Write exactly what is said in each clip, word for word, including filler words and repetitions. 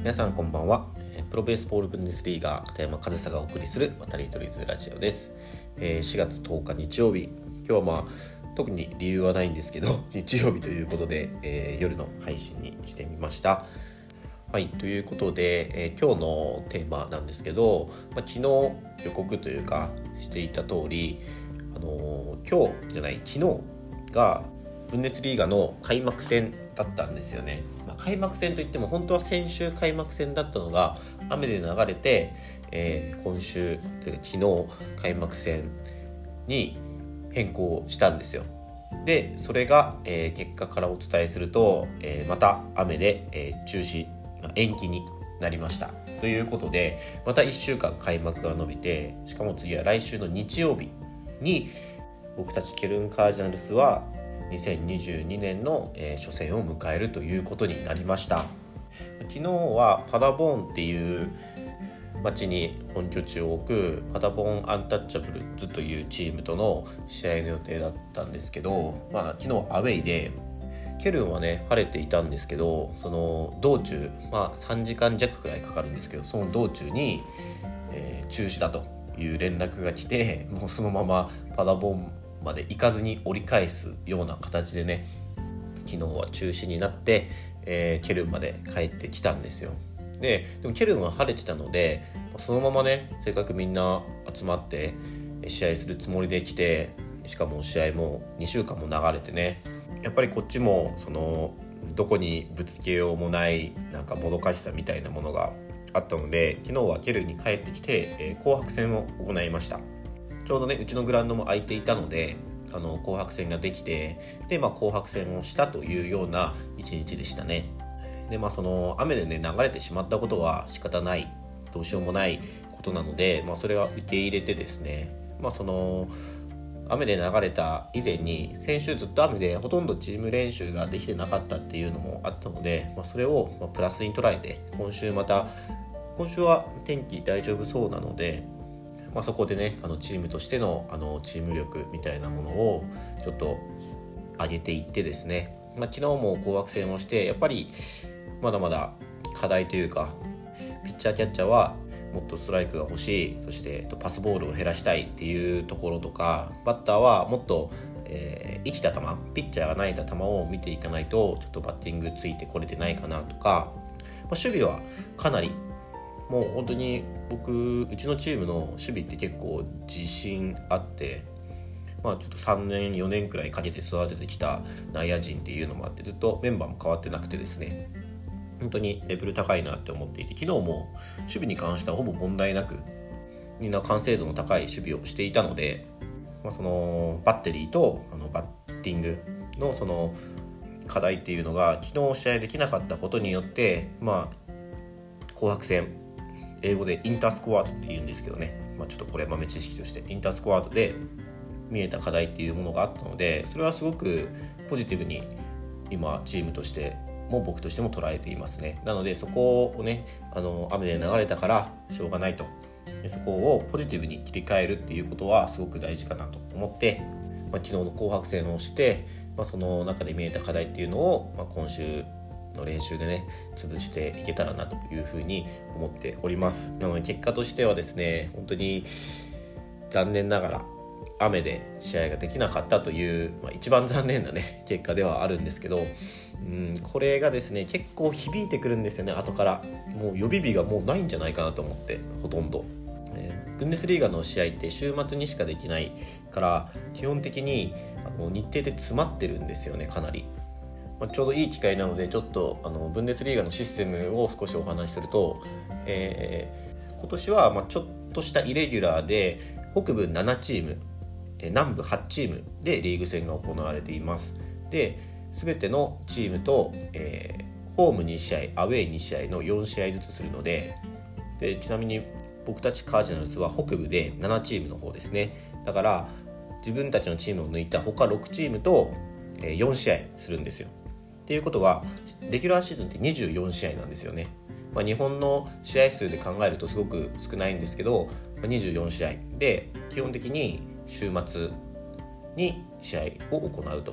皆さんこんばんは。プロベースボールブンデスリーガー片山和沙がお送りする渡り鳥ズラジオです。しがつとおか日曜日、今日はまあ特に理由はないんですけど日曜日ということで、えー、夜の配信にしてみました。はい、ということで、えー、今日のテーマなんですけど、まあ、昨日予告というかしていた通り、あのー、今日じゃない昨日がブンデスリーガの開幕戦だったんですよね。まあ、開幕戦といっても本当は先週開幕戦だったのが雨で流れて、えー、今週というか昨日開幕戦に変更したんですよ。でそれが、えー、結果からお伝えすると、えー、また雨で、えー、中止延期になりましたということで、またいっしゅうかん開幕が延びて、しかも次は来週の日曜日に僕たちケルンカージナルスはにせんにじゅうにねんの、えー、初戦を迎えるということになりました。昨日はパダボーンっていう町に本拠地を置くパダボーンアンタッチャブルズというチームとの試合の予定だったんですけど、まあ、昨日アウェイでケルンはね晴れていたんですけど、その道中、まあ、さんじかんじゃくくらいかかるんですけど、その道中に、えー、中止だという連絡が来て、もうそのままパダボーンまで行かずに折り返すような形でね、昨日は中止になって、えー、ケルンまで帰ってきたんですよ。で、でもケルンは晴れてたので、そのままねせっかくみんな集まって試合するつもりで来て、しかも試合もにしゅうかんも流れてね、やっぱりこっちもそのどこにぶつけようもないなんかもどかしさみたいなものがあったので、昨日はケルンに帰ってきて、えー、紅白戦を行いました。ちょうどねうちのグラウンドも空いていたので、あの紅白戦ができて、で、まあ、紅白戦をしたというような一日でしたね。で、まあ、その雨でね流れてしまったことは仕方ない、どうしようもないことなので、まあ、それは受け入れてですね、まあ、その雨で流れた以前に先週ずっと雨でほとんどチーム練習ができてなかったっていうのもあったので、まあ、それをプラスに捉えて、今週また今週は天気大丈夫そうなので、まあ、そこでねあのチームとしてのあのチーム力みたいなものをちょっと上げていってですね、まあ、昨日も紅白戦をして、やっぱりまだまだ課題というか、ピッチャーキャッチャーはもっとストライクが欲しい、そしてパスボールを減らしたいっていうところとか、バッターはもっと、えー、生きた球、ピッチャーが投げた球を見ていかないとちょっとバッティングついてこれてないかなとか、まあ、守備はかなりもう本当に僕うちのチームの守備って結構自信あって、まあ、ちょっとさんねんよねんくらいかけて育ててきた内野陣っていうのもあって、ずっとメンバーも変わってなくてですね、本当にレベル高いなって思っていて、昨日も守備に関してはほぼ問題なくみんな完成度の高い守備をしていたので、まあ、そのバッテリーとあのバッティングのその課題っていうのが昨日試合できなかったことによって、まあ、紅白戦英語でインタースクワードって言うんですけどね、まあ、ちょっとこれ豆知識としてインタースクワードで見えた課題っていうものがあったので、それはすごくポジティブに今チームとしても僕としても捉えていますね。なのでそこをねあの雨で流れたからしょうがないと、そこをポジティブに切り替えるっていうことはすごく大事かなと思って、まあ、昨日の紅白戦をして、まあ、その中で見えた課題っていうのを、まあ、今週の練習でね潰していけたらなというふうに思っております。なので結果としてはですね、本当に残念ながら雨で試合ができなかったという、まあ、一番残念なね結果ではあるんですけど、うん、これがですね結構響いてくるんですよね。後からもう予備日がもうないんじゃないかなと思って、ほとんど、えー、ブンデスリーガの試合って週末にしかできないから基本的にあの日程で詰まってるんですよね、かなり。まあ、ちょうどいい機会なのでちょっとあのブンデスリーガのシステムを少しお話しすると、えー、今年はまあちょっとしたイレギュラーで北部ななチーム南部はちチームでリーグ戦が行われています。で、全てのチームと、えー、ホームに試合アウェイに試合のよん試合ずつするので、でちなみに僕たちカージナルスは北部でななチームの方ですね。だから自分たちのチームを抜いた他ろくチームとよん試合するんですよ。っていうことはレギュラーシーズンってにじゅうよん試合なんですよね。まあ、日本の試合数で考えるとすごく少ないんですけど、にじゅうよん試合で基本的に週末に試合を行うと、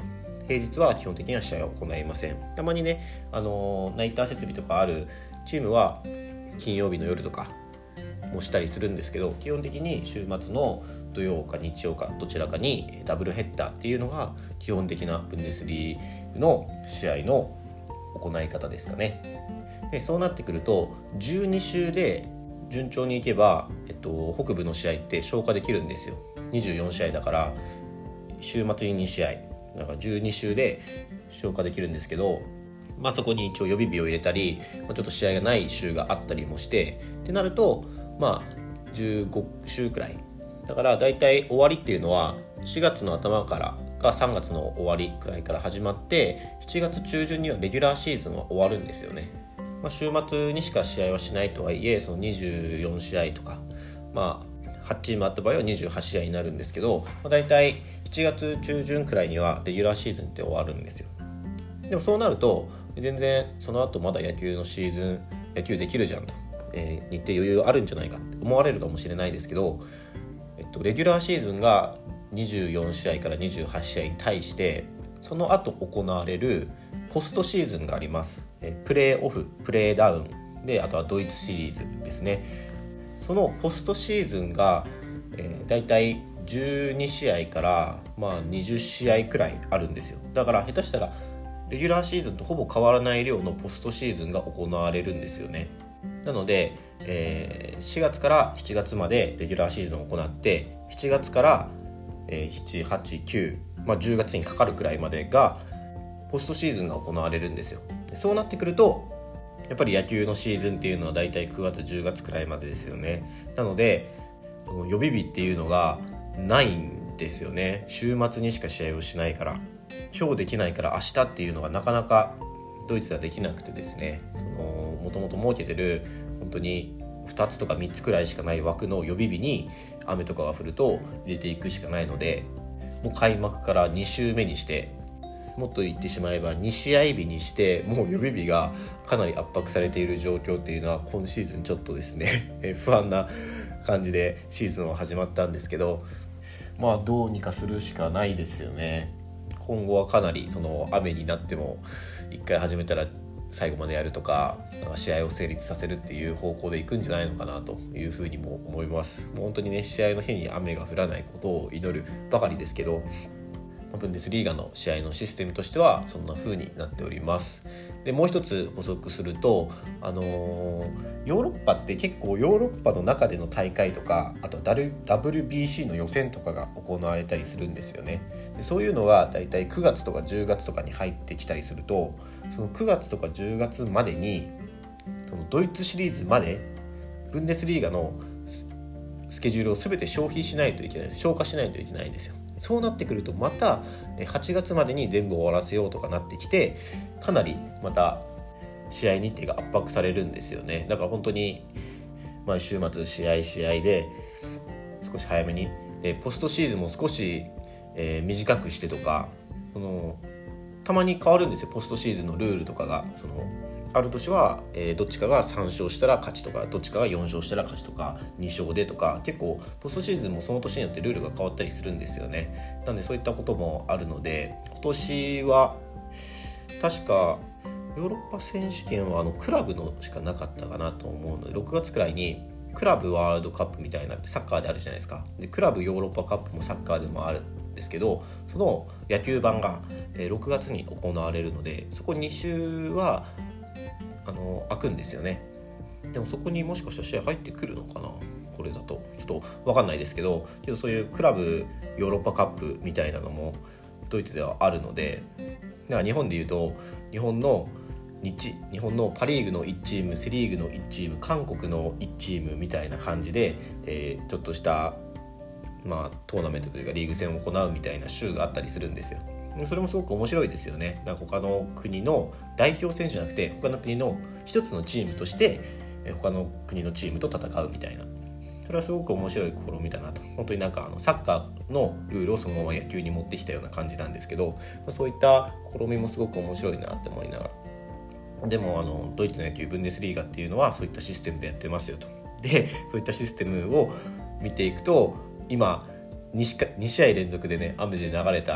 平日は基本的には試合を行いません。たまにね、あのナイター設備とかあるチームは金曜日の夜とかもしたりするんですけど、基本的に週末の土曜か日曜かどちらかにダブルヘッダーっていうのが基本的なブンデスリーグの試合の行い方ですかね。でそうなってくるとじゅうに週で順調にいけば、えっと、北部の試合って消化できるんですよ。にじゅうよん試合だから週末にに試合だからじゅうに週で消化できるんですけど、まあ、そこに一応予備日を入れたり、まあ、ちょっと試合がない週があったりもしてってなると、まあ、じゅうご週くらいだから、だいたい終わりっていうのはしがつの頭からかさんがつの終わりくらいから始まって、しちがつ中旬にはレギュラーシーズンは終わるんですよね。まあ、週末にしか試合はしないとはいえ、そのにじゅうよん試合とか、まあ、はちチームあった場合はにじゅうはち試合になるんですけど、まあ、だいたいしちがつ中旬くらいにはレギュラーシーズンって終わるんですよ。でもそうなると全然その後まだ野球のシーズン野球できるじゃんと、えー、日程余裕あるんじゃないかって思われるかもしれないですけど、えっと、レギュラーシーズンがにじゅうよん試合からにじゅうはち試合に対してその後行われるポストシーズンがあります。えプレーオフ、プレーダウンで、あとはドイツシリーズですね。そのポストシーズンが、えー、だいたいじゅうに試合から、まあ、にじゅう試合くらいあるんですよ。だから下手したらレギュラーシーズンとほぼ変わらない量のポストシーズンが行われるんですよね。なので、えー、しがつからしちがつまでレギュラーシーズンを行って、しちがつから、えー、しち、はち、きゅう、まあ、じゅうがつにかかるくらいまでがポストシーズンが行われるんですよ。そうなってくるとやっぱり野球のシーズンっていうのはだいたいくがつじゅうがつくらいまでですよね。なのでその予備日っていうのがないんですよね。週末にしか試合をしないから、今日できないから明日っていうのがなかなかドイツではできなくてですね、もともと設けてる本当にふたつとかみっつくらいしかない枠の予備日に雨とかが降ると入れていくしかないので、もう開幕からに週目にして、もっと言ってしまえばに試合日にして、もう予備日がかなり圧迫されている状況っていうのは今シーズンちょっとですね不安な感じでシーズンは始まったんですけど、まあどうにかするしかないですよね。今後はかなりその雨になってもいっかい始めたら最後までやるとか、試合を成立させるっていう方向でいくんじゃないのかなというふうにも思います。もう本当にね、試合の日に雨が降らないことを祈るばかりですけど、ブンデスリーガの試合のシステムとしてはそんな風になっております。でもう一つ補足すると、あのー、ヨーロッパって結構ヨーロッパの中での大会とか、あとは ダブリュービーシー の予選とかが行われたりするんですよね。でそういうのがだいたいくがつとかじゅうがつとかに入ってきたりすると、そのくがつとかじゅうがつまでにそのドイツシリーズまでブンデスリーガのスケジュールを全て消費しないといけない、消化しないといけないんですよ。そうなってくるとまたはちがつまでに全部終わらせようとかなってきて、かなりまた試合日程が圧迫されるんですよね。だから本当に毎週末試合試合で少し早めに、でポストシーズンも少し、えー、短くしてとか、そのたまに変わるんですよ、ポストシーズンのルールとかが。そのある年は、えー、どっちかがさん勝したら勝ちとか、どっちかがよん勝したら勝ちとか、に勝でとか、結構ポストシーズンもその年によってルールが変わったりするんですよね。なのでそういったこともあるので、今年は確かヨーロッパ選手権はあのクラブのしかなかったかなと思うので、ろくがつくらいにクラブワールドカップみたいなってサッカーであるじゃないですか。でクラブヨーロッパカップもサッカーでもあるんですけど、その野球版がろくがつに行われるので、そこに週はあの開くんですよね。でもそこにもしかしたら試合入ってくるのかな、これだとちょっと分かんないですけど、けどそういうクラブヨーロッパカップみたいなのもドイツではあるので、だから日本でいうと日本の日, 日本のパリーグのいちチーム、セリーグのいちチーム、韓国のいちチームみたいな感じで、えー、ちょっとした、まあ、トーナメントというかリーグ戦を行うみたいな週があったりするんですよ。それもすごく面白いですよね。だから他の国の代表選手じゃなくて、他の国の一つのチームとして他の国のチームと戦うみたいな、それはすごく面白い試みだなと。本当になんかあのサッカーのルールをそのまま野球に持ってきたような感じなんですけど、そういった試みもすごく面白いなって思いながら、でもあのドイツの野球ブンデスリーガっていうのはそういったシステムでやってますよと。でそういったシステムを見ていくと、今 2, しかに試合連続でね雨で流れた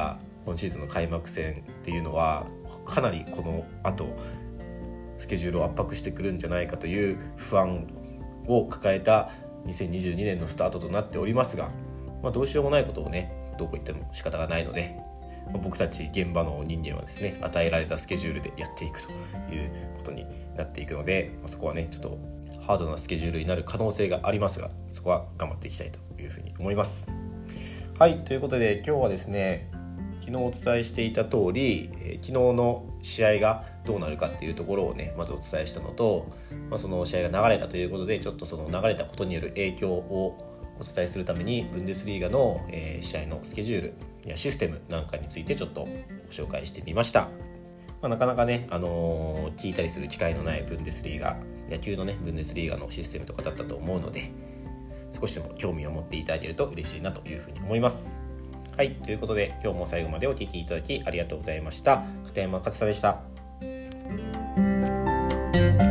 今シーズンの開幕戦っていうのはかなりこの後スケジュールを圧迫してくるんじゃないかという不安を抱えたにせんにじゅうにねんのスタートとなっておりますが、まあ、どうしようもないことをねどこ言っても仕方がないので、まあ、僕たち現場の人間はですね与えられたスケジュールでやっていくということになっていくので、まあ、そこはねちょっとハードなスケジュールになる可能性がありますが、そこは頑張っていきたいというふうに思います。はい、ということで今日はですね昨日お伝えしていた通り、えー、昨日の試合がどうなるかっていうところをねまずお伝えしたのと、まあ、その試合が流れたということでちょっとその流れたことによる影響をお伝えするためにブンデスリーガの、えー、試合のスケジュールやシステムなんかについてちょっとご紹介してみました。まあ、なかなかね、あのー、聞いたりする機会のないブンデスリーガ、野球のねブンデスリーガのシステムとかだったと思うので、少しでも興味を持っていただけると嬉しいなというふうに思います。はい、ということで今日も最後までお聞きいただきありがとうございました。片山勝久でした。